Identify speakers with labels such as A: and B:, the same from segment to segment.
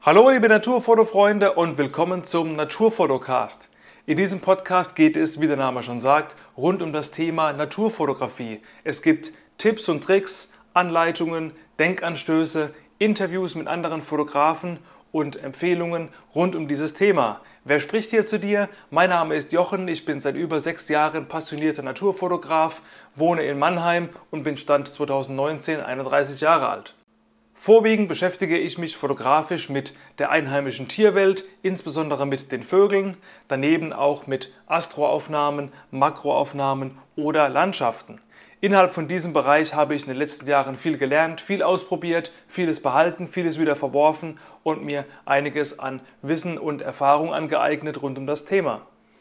A: Hallo liebe Naturfotofreunde und willkommen zum Naturfotocast. In diesem Podcast geht es, wie der Name schon sagt, rund um das Thema Naturfotografie. Es gibt Tipps und Tricks, Anleitungen, Denkanstöße, Interviews mit anderen Fotografen und Empfehlungen rund um dieses Thema. Wer spricht hier zu dir? Mein Name ist Jochen, ich bin seit über 6 Jahren passionierter Naturfotograf, wohne in Mannheim und bin Stand 2019 31 Jahre alt. Vorwiegend beschäftige ich mich fotografisch mit der einheimischen Tierwelt, insbesondere mit den Vögeln, daneben auch mit Astroaufnahmen, Makroaufnahmen oder Landschaften. Innerhalb von diesem Bereich habe ich in den letzten Jahren viel gelernt, viel ausprobiert, vieles behalten, vieles wieder verworfen und mir einiges an Wissen und Erfahrung angeeignet rund um das Thema.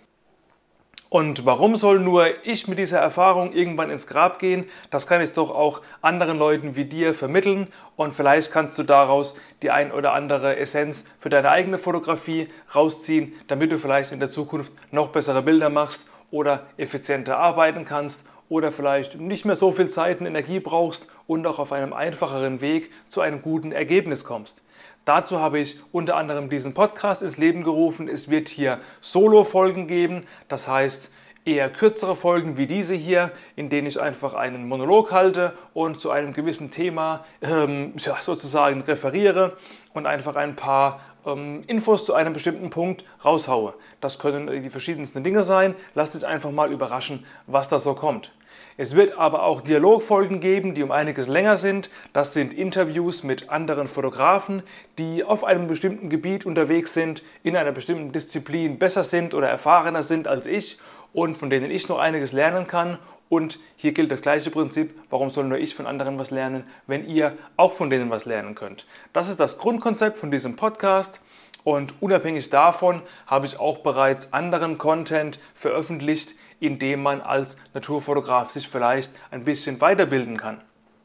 A: Und warum soll nur ich mit dieser Erfahrung irgendwann ins Grab gehen? Das kann ich doch auch anderen Leuten wie dir vermitteln und vielleicht kannst du daraus die ein oder andere Essenz für deine eigene Fotografie rausziehen, damit du vielleicht in der Zukunft noch bessere Bilder machst oder effizienter arbeiten kannst oder vielleicht nicht mehr so viel Zeit und Energie brauchst und auch auf einem einfacheren Weg zu einem guten Ergebnis kommst. Dazu habe ich unter anderem diesen Podcast ins Leben gerufen. Es wird hier Solo-Folgen geben, das heißt eher kürzere Folgen wie diese hier, in denen ich einfach einen Monolog halte und zu einem gewissen Thema sozusagen referiere und einfach ein paar Infos zu einem bestimmten Punkt raushaue. Das können die verschiedensten Dinge sein. Lasst dich einfach mal überraschen, was da so kommt. Es wird aber auch Dialogfolgen geben, die um einiges länger sind. Das sind Interviews mit anderen Fotografen, die auf einem bestimmten Gebiet unterwegs sind, in einer bestimmten Disziplin besser sind oder erfahrener sind als ich und von denen ich noch einiges lernen kann. Und hier gilt das gleiche Prinzip, warum soll nur ich von anderen was lernen, wenn ihr auch von denen was lernen könnt. Das ist das Grundkonzept von diesem Podcast. Und unabhängig davon habe ich auch bereits anderen Content veröffentlicht, in dem man als Naturfotograf sich vielleicht ein bisschen weiterbilden kann.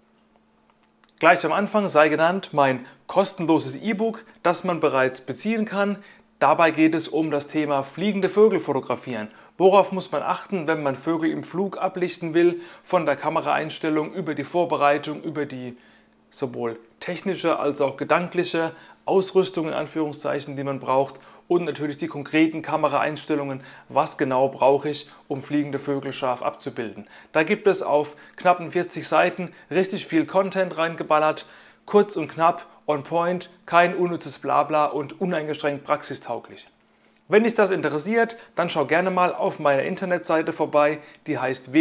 A: Gleich am Anfang sei genannt mein kostenloses E-Book, das man bereits beziehen kann. Dabei geht es um das Thema fliegende Vögel fotografieren. Worauf muss man achten, wenn man Vögel im Flug ablichten will, von der Kameraeinstellung über die Vorbereitung, über die sowohl technische als auch gedankliche Ausrüstung in Anführungszeichen, die man braucht und natürlich die konkreten Kameraeinstellungen, was genau brauche ich, um fliegende Vögel scharf abzubilden. Da gibt es auf knappen 40 Seiten richtig viel Content reingeballert, kurz und knapp, on point, kein unnützes Blabla und uneingeschränkt praxistauglich. Wenn dich das interessiert, dann schau gerne mal auf meiner Internetseite vorbei, die heißt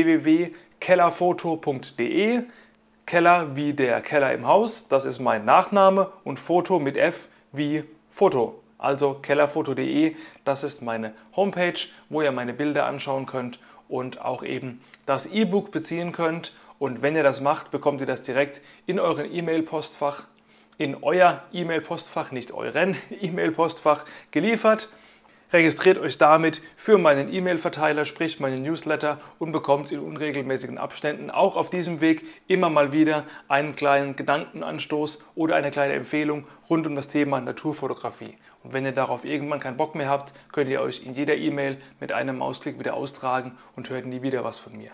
A: www.kellerfoto.de. Keller wie der Keller im Haus, das ist mein Nachname und Foto mit F wie Foto. Also kellerfoto.de, das ist meine Homepage, wo ihr meine Bilder anschauen könnt und auch eben das E-Book beziehen könnt. Und wenn ihr das macht, bekommt ihr das direkt in euren E-Mail-Postfach, in euer E-Mail-Postfach, nicht euren E-Mail-Postfach geliefert. Registriert euch damit für meinen E-Mail-Verteiler, sprich meinen Newsletter und bekommt in unregelmäßigen Abständen auch auf diesem Weg immer mal wieder einen kleinen Gedankenanstoß oder eine kleine Empfehlung rund um das Thema Naturfotografie. Und wenn ihr darauf irgendwann keinen Bock mehr habt, könnt ihr euch in jeder E-Mail mit einem Mausklick wieder austragen und hört nie wieder was von mir.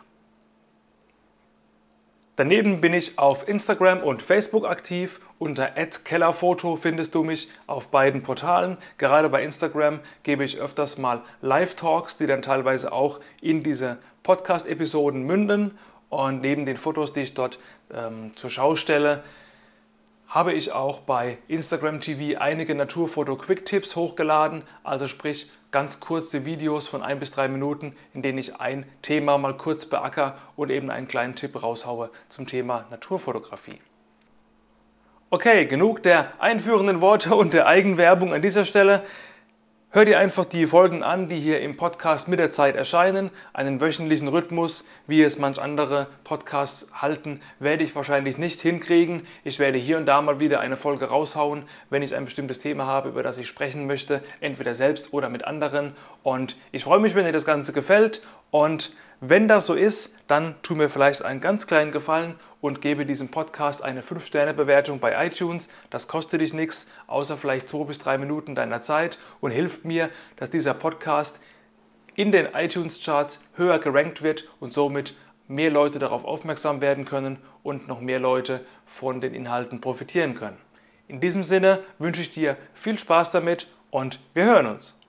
A: Daneben bin ich auf Instagram und Facebook aktiv. Unter @kellerfoto findest du mich auf beiden Portalen. Gerade bei Instagram gebe ich öfters mal Live-Talks, die dann teilweise auch in diese Podcast-Episoden münden. Und neben den Fotos, die ich dort zur Schau stelle, habe ich auch bei Instagram TV einige Naturfoto-Quick-Tipps hochgeladen. Also sprich ganz kurze Videos von 1 bis 3 Minuten, in denen ich ein Thema mal kurz beacker und eben einen kleinen Tipp raushaue zum Thema Naturfotografie. Okay, genug der einführenden Worte und der Eigenwerbung an dieser Stelle. Hör dir einfach die Folgen an, die hier im Podcast mit der Zeit erscheinen. Einen wöchentlichen Rhythmus, wie es manch andere Podcasts halten, werde ich wahrscheinlich nicht hinkriegen. Ich werde hier und da mal wieder eine Folge raushauen, wenn ich ein bestimmtes Thema habe, über das ich sprechen möchte, entweder selbst oder mit anderen. Und ich freue mich, wenn dir das Ganze gefällt. Und wenn das so ist, dann tu mir vielleicht einen ganz kleinen Gefallen und gebe diesem Podcast eine 5-Sterne-Bewertung bei iTunes. Das kostet dich nichts, außer vielleicht 2 bis 3 Minuten deiner Zeit und hilft mir, dass dieser Podcast in den iTunes-Charts höher gerankt wird und somit mehr Leute darauf aufmerksam werden können und noch mehr Leute von den Inhalten profitieren können. In diesem Sinne wünsche ich dir viel Spaß damit und wir hören uns.